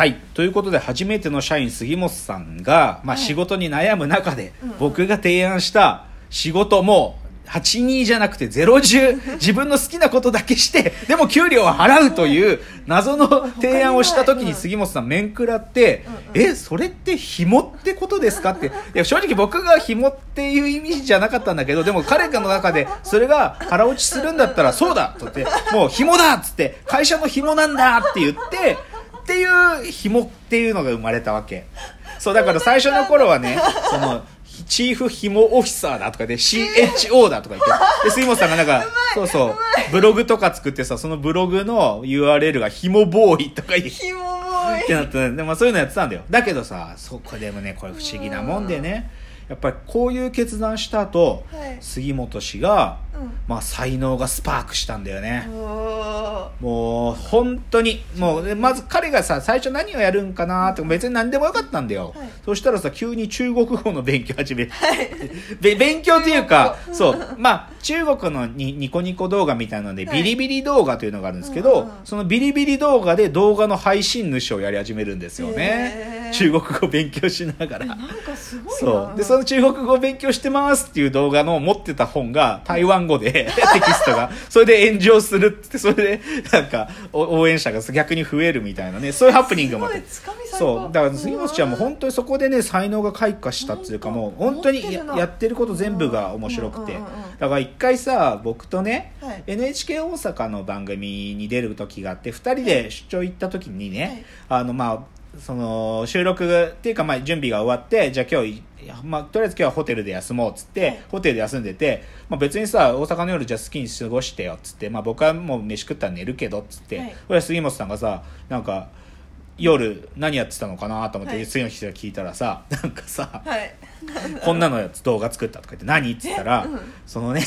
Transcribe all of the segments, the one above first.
はい、ということで初めての社員杉本さんが、仕事に悩む中で、僕が提案した仕事も82じゃなくて010自分の好きなことだけしてでも給料を払うという謎の提案をした時に杉本さん面食らって、それって紐ってことですかって。いや正直僕が紐っていう意味じゃなかったんだけど、でも彼の中でそれが腹落ちするんだったらそうだと言って、もう紐だっつって会社の紐なんだって言ってっていう紐っていうのが生まれたわけ。そうだから最初の頃はね、そのチーフ紐オフィサーだとかで CHO だとか言って、で杉本さんがなんかそうそうブログとか作ってさ、そのブログの URL が紐ボーイとか言って紐ボーイってなって、でそういうのやってたんだよ。だけどさ、そこでもねこれ不思議なもんでね、やっぱりこういう決断した後、杉本氏が、才能がスパークしたんだよね。もう本当にもうまず彼がさ最初何をやるんかなって別に何でもよかったんだよ、そしたらさ急に中国語の勉強始める、勉強というかそう中国のニコニコ動画みたいなのでビリビリ動画というのがあるんですけど、そのビリビリ動画で動画の配信主をやり始めるんですよね。中国語勉強しながらなんかすごいな。 そうでその中国語勉強してますっていう動画の持ってた本が台湾語でテキストがそれで炎上するって、それでなんか応援者が逆に増えるみたいなね、そういうハプニングもあって、そうだから杉本ちゃんも本当にそこでね才能が開花したっていうか、もう本当にやってること全部が面白くて、だから一回さ僕とね、NHK 大阪の番組に出る時があって、2人で出張行った時にね、その収録っていうか準備が終わって、じゃあ今日とりあえず今日はホテルで休もうっつって、ホテルで休んでて、別にさ大阪の夜じゃあ好きに過ごしてよっつって、僕はもう飯食ったら寝るけどっつって、これ杉本さんがさなんか夜何やってたのかなと思って、次の日聞いたらさなんかさ、こんなのやつ動画作ったとか言って何っつったら、そのね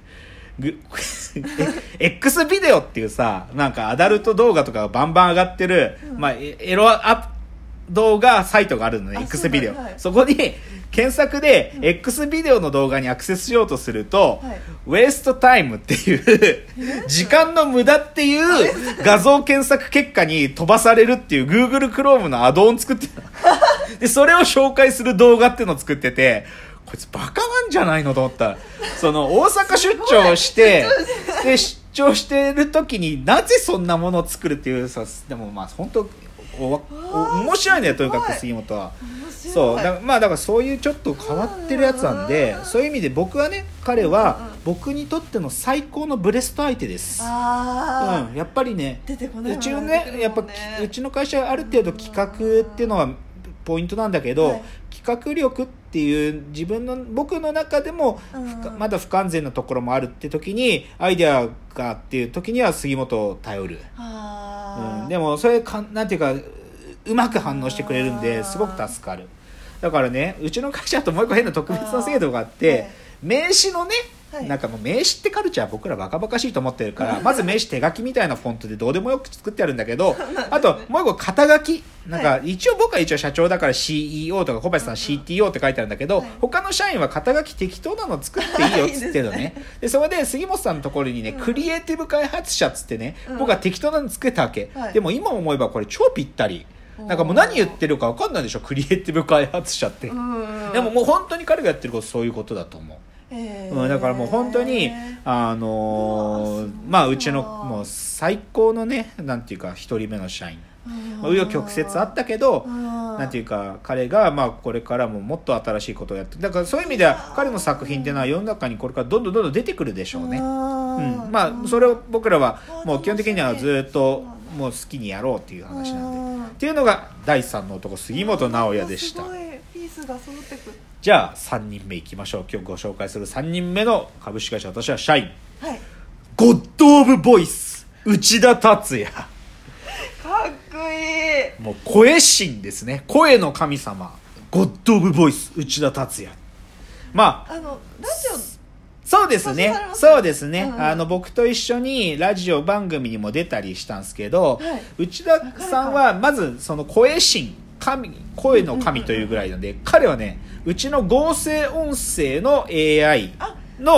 X ビデオっていうさなんかアダルト動画とかがバンバン上がってる、エロ動画サイトがあるのね、 X ビデオ、そこに検索で X ビデオの動画にアクセスしようとすると、ウェイストタイムっていう時間の無駄っていう画像検索結果に飛ばされるっていう Google Chrome のアドオン作ってたでそれを紹介する動画っていうのを作ってて、こいつバカなんじゃないのと思ったら、その大阪出張してで出張してる時になぜそんなものを作るっていうさ、でも本当面白いね、とにかく杉本は。そうだからそういうちょっと変わってるやつなんで、そういう意味で僕はね、彼は僕にとっての最高のブレスト相手です。やっぱりね、うちのねやっぱうちの会社ある程度企画っていうのはポイントなんだけど、企画力っていう僕の中でもまだ不完全なところもあるって時に、アイデアがっていう時には杉本を頼る。でもそれなんていうかうまく反応してくれるんですごく助かる。だからね、うちの会社ともう一個変な特別な制度があって、名刺のね、なんかもう名刺ってカルチャー僕らバカバカしいと思ってるからまず名刺手書きみたいなフォントでどうでもよく作ってあるんだけど、あともう一個肩書きなんか僕は一応社長だから CEO とか小林さん CTO って書いてあるんだけど、他の社員は肩書き適当なの作っていいよっつってるのね。でそれで杉本さんのところにね、クリエイティブ開発者っつってね、僕は適当なの作ったわけ、でも今思えばこれ超ぴったり。なんかもう何言ってるか分かんないでしょ、クリエイティブ開発者って。でももう本当に彼がやってることそういうことだと思う。だからもう本当にうちのもう最高のね、なんていうか一人目の社員、紆余曲折あったけど、なんていうか彼がこれからももっと新しいことをやって、だからそういう意味では彼の作品っていうのは世の中にこれからどんどん出てくるでしょうね。それを僕らはもう基本的にはずっともう好きにやろうっていう話なんで、っていうのが第3の男杉本直哉でした。 すごいピースが揃ってく。 じゃあ3人目いきましょう。今日ご紹介する3人目の株式会社、私は社員、ゴッド・オブ・ボイス内田達也。 かっこいい。 もう声神ですね、声の神様、ゴッド・オブ・ボイス内田達也。 ラジオそうですね、そうですね、僕と一緒にラジオ番組にも出たりしたんですけど、内田さんはまずその声神、声の神というぐらいなんで、彼はね、うちの合成音声の AI の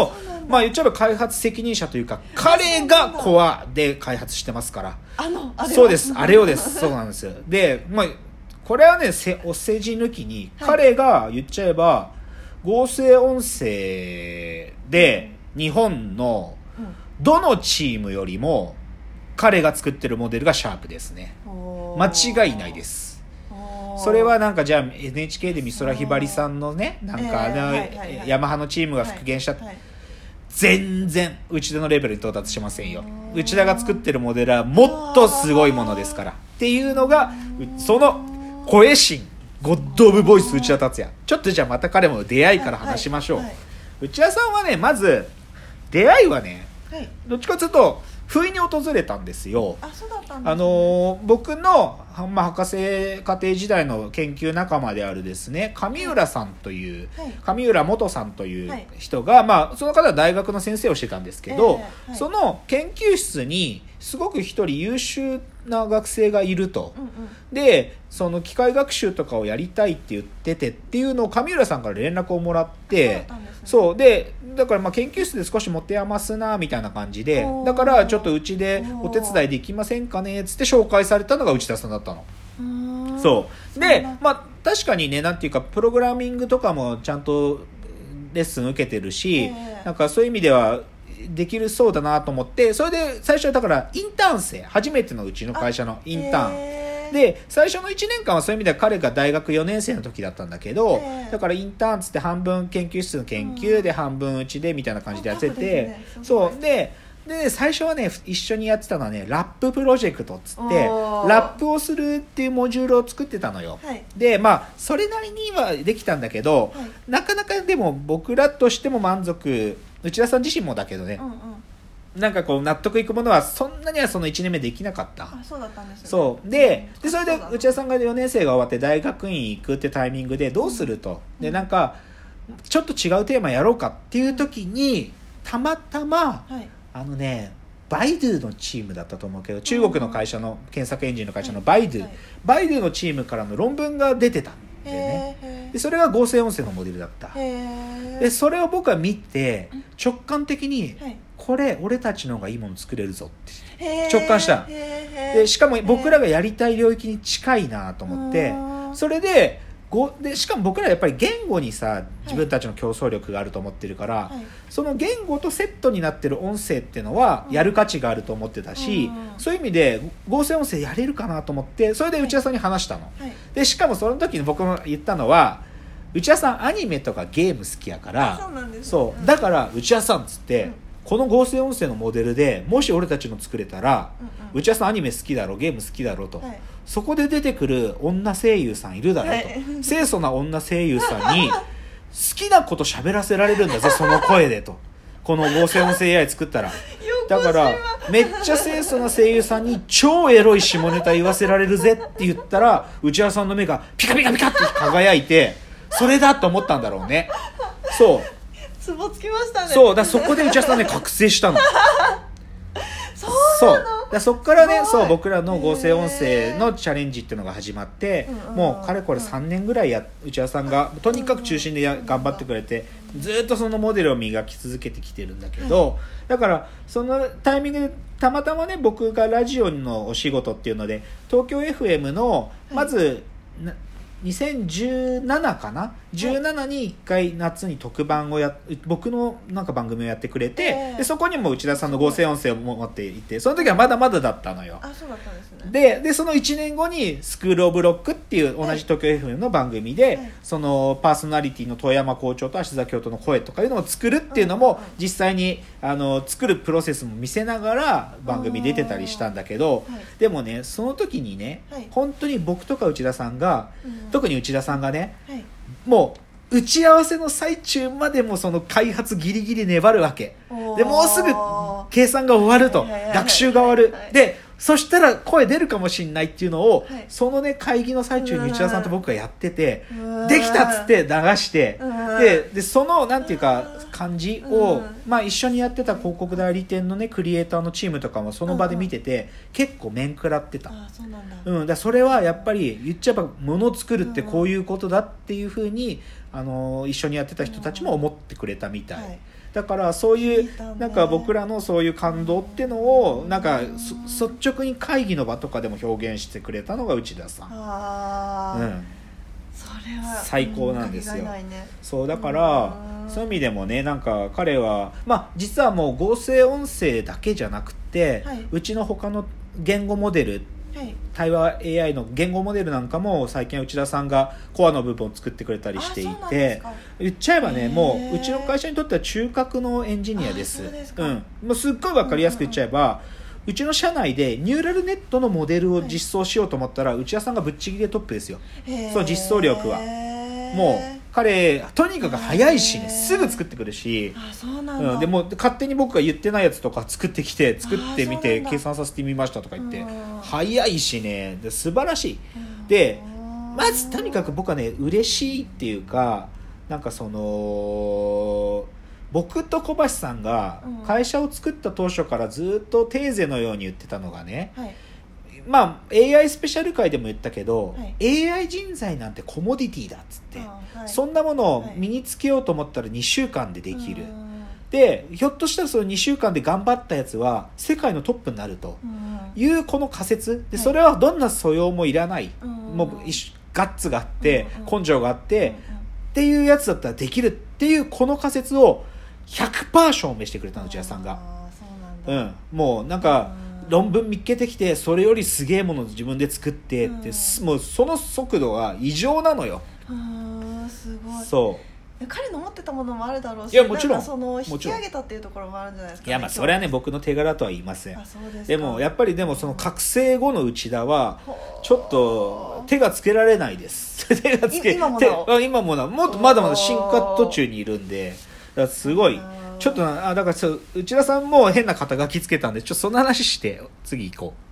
まあ言っちゃえば開発責任者というか、彼がコアで開発してますから。そうです、あれをです。そうなんですよ。で、まあこれはね、お世辞抜きに、彼が言っちゃえば合成音声で日本のどのチームよりも彼が作ってるモデルがシャープですね。間違いないです。それはなんかじゃあ NHK で美空ひばりさんのね、なんかヤマハのチームが復元した、全然内田のレベルに到達しませんよ。内田が作ってるモデルはもっとすごいものですからっていうのが、その声神ゴッド・オブ・ボイス内田達也。ちょっとじゃあまた彼も出会いから話しましょう。内田さんはね、まず出会いはね、どっちかというと不意に訪れたんですよ。 そうだったんですね。 僕の、博士課程時代の研究仲間であるですね、上浦さんという、上浦元さんという人が、その方は大学の先生をしてたんですけど、その研究室にすごく一人優秀な学生がいると、でその機械学習とかをやりたいって言っててっていうのを上浦さんから連絡をもらって、そうでだから研究室で少し持て余すなみたいな感じで、だからちょっとうちでお手伝いできませんかねっつって紹介されたのが内田さんだったの。そうで、確かにね、なんていうかプログラミングとかもちゃんとレッスン受けてるし、なんかそういう意味ではできるそうだなと思って、それで最初はだからインターン生、初めてのうちの会社のインターンで、最初の1年間はそういう意味では彼が大学4年生の時だったんだけど、だからインターンつって半分研究室の研究で半分うちでみたいな感じでやってて、そうで最初はね、一緒にやってたのはね、ラッププロジェクトっつってラップをするっていうモジュールを作ってたのよ。でそれなりにはできたんだけど、なかなかでも僕らとしても満足、内田さん自身もだけどね、なんかこう納得いくものはそんなにはその1年目できなかった。 そうだったんですよね。 そうでそれで内田さんが4年生が終わって大学院行くってタイミングでどうすると、でなんかちょっと違うテーマやろうかっていう時にたまたま、バイドゥのチームだったと思うけど、中国の会社の検索エンジンの会社のバイドゥのチームからの論文が出てたんだよね。でそれが合成音声のモデルだった。でそれを僕は見て直感的に、これ俺たちの方がいいもの作れるぞって直感した。でしかも僕らがやりたい領域に近いなと思って、それでしかも僕らやっぱり言語にさ、自分たちの競争力があると思ってるから、その言語とセットになってる音声っていうのはやる価値があると思ってたし、そういう意味で合成音声やれるかなと思って、それで内田さんに話したの。でしかもその時に僕も言ったのは、内田さんアニメとかゲーム好きやから、そうだから内田さんっつって、この合成音声のモデルでもし俺たちの作れたら、内田さんアニメ好きだろ、ゲーム好きだろと、そこで出てくる女声優さんいるだろと、清楚な女声優さんに好きなこと喋らせられるんだぜその声でと、この合成音声 AI 作ったらだからめっちゃ清楚な声優さんに超エロい下ネタ言わせられるぜって言ったら、内田さんの目がピカピカピカって輝いて、それだと思ったんだろうね。そうツボつきましたね。 そうだ、そこで内田さんね覚醒したの。そうだ、そっからね、そう僕らの合成音声のチャレンジっていうのが始まって、もうかれこれ3年ぐらい内田さんがとにかく中心で頑張ってくれて、ずっとそのモデルを磨き続けてきてるんだけど、だからそのタイミングでたまたまね、僕がラジオのお仕事っていうので東京 FM のまず、2017かな、17に1回夏に特番を僕のなんか番組をやってくれて、でそこにも内田さんの合成音声を持っていて、その時はまだまだだったのよ。 そうだったんですね。 でその1年後にスクールオブロックっていう同じ東京 FM の番組で、そのパーソナリティの遠山校長と芦田教頭の声とかいうのを作るっていうのも、実際に作るプロセスも見せながら番組出てたりしたんだけど、でもね、その時にね、本当に僕とか内田さんが、特に内田さんがね、もう打ち合わせの最中までもその開発ギリギリ粘るわけで、もうすぐ計算が終わると、学習が終わる、でそしたら声出るかもしんないっていうのを、そのね会議の最中に内田さんと僕がやってて、できたっつって流して、でそのなんていうか感じを、一緒にやってた広告代理店のねクリエイターのチームとかもその場で見てて、結構面食らってた。だそれはやっぱり言っちゃえば物を作るってこういうことだっていう風に一緒にやってた人たちも思ってくれたみたい。 だからそういう聞いたねなんか僕らのそういう感動っていうのをなんか率直に会議の場とかでも表現してくれたのが内田さん。 ああ、 うんそれは最高なんですよかけがえないね。 そうだからそういう意味でもねなんか彼は実はもう合成音声だけじゃなくて、 はいうちの他の言語モデルはい対話 AI の言語モデルなんかも最近内田さんがコアの部分を作ってくれたりしていあそうなんでてすか言っちゃえばねもへーううちの会社にとっては中核のエンジニアです。 あそうですかもうすっごい分かりやすく言っちゃえば、うちの社内でニューラルネットのモデルを実装しようと思ったら、内田さんがぶっちぎりでトップですよ。 へーその実装力はもう彼とにかく早いしねすぐ作ってくるし、 あそうなんだ、 でもう勝手に僕が言ってないやつとか作ってきて作ってみてそうなんだ計算させてみましたとか言ってうん早いしねで素晴らしい。 うんでまずとにかく僕はね嬉しいっていうかなんかその僕と小橋さんが会社を作った当初からずっとテーゼのように言ってたのがね、 はい AI スペシャル回でも言ったけど、 はい AI 人材なんてコモディティだっつって、 はいそんなものを身につけようと思ったら2週間でできる、 うんでひょっとしたらその2週間で頑張ったやつは世界のトップになるとうんいうこの仮説で、 はいそれはどんな素養もいらない、 うんもうガッツがあって、 うん根性があって、 うんっていうやつだったらできるっていうこの仮説を 100% 証明してくれたの内田さんが。 あーそうなんだ、 もうなんか論文見っけてきてそれよりすげえものを自分で作ってって、もうその速度が異常なのよ。 すごいそう彼の持ってたものもあるだろうし、 いやもちろんなんかそのもちろん引き上げたっていうところもあるんじゃないですか、 いやそれはね僕の手柄とは言いません。 あそうですか。 でもやっぱりでもその覚醒後の内田はほうちょっと手がつけられないです手がつけ今もなお今もなおもっとまだまだ進化途中にいるんでだからすごいちょっとだから内田さんも変な肩書きつけたんでちょっとその話して次行こう。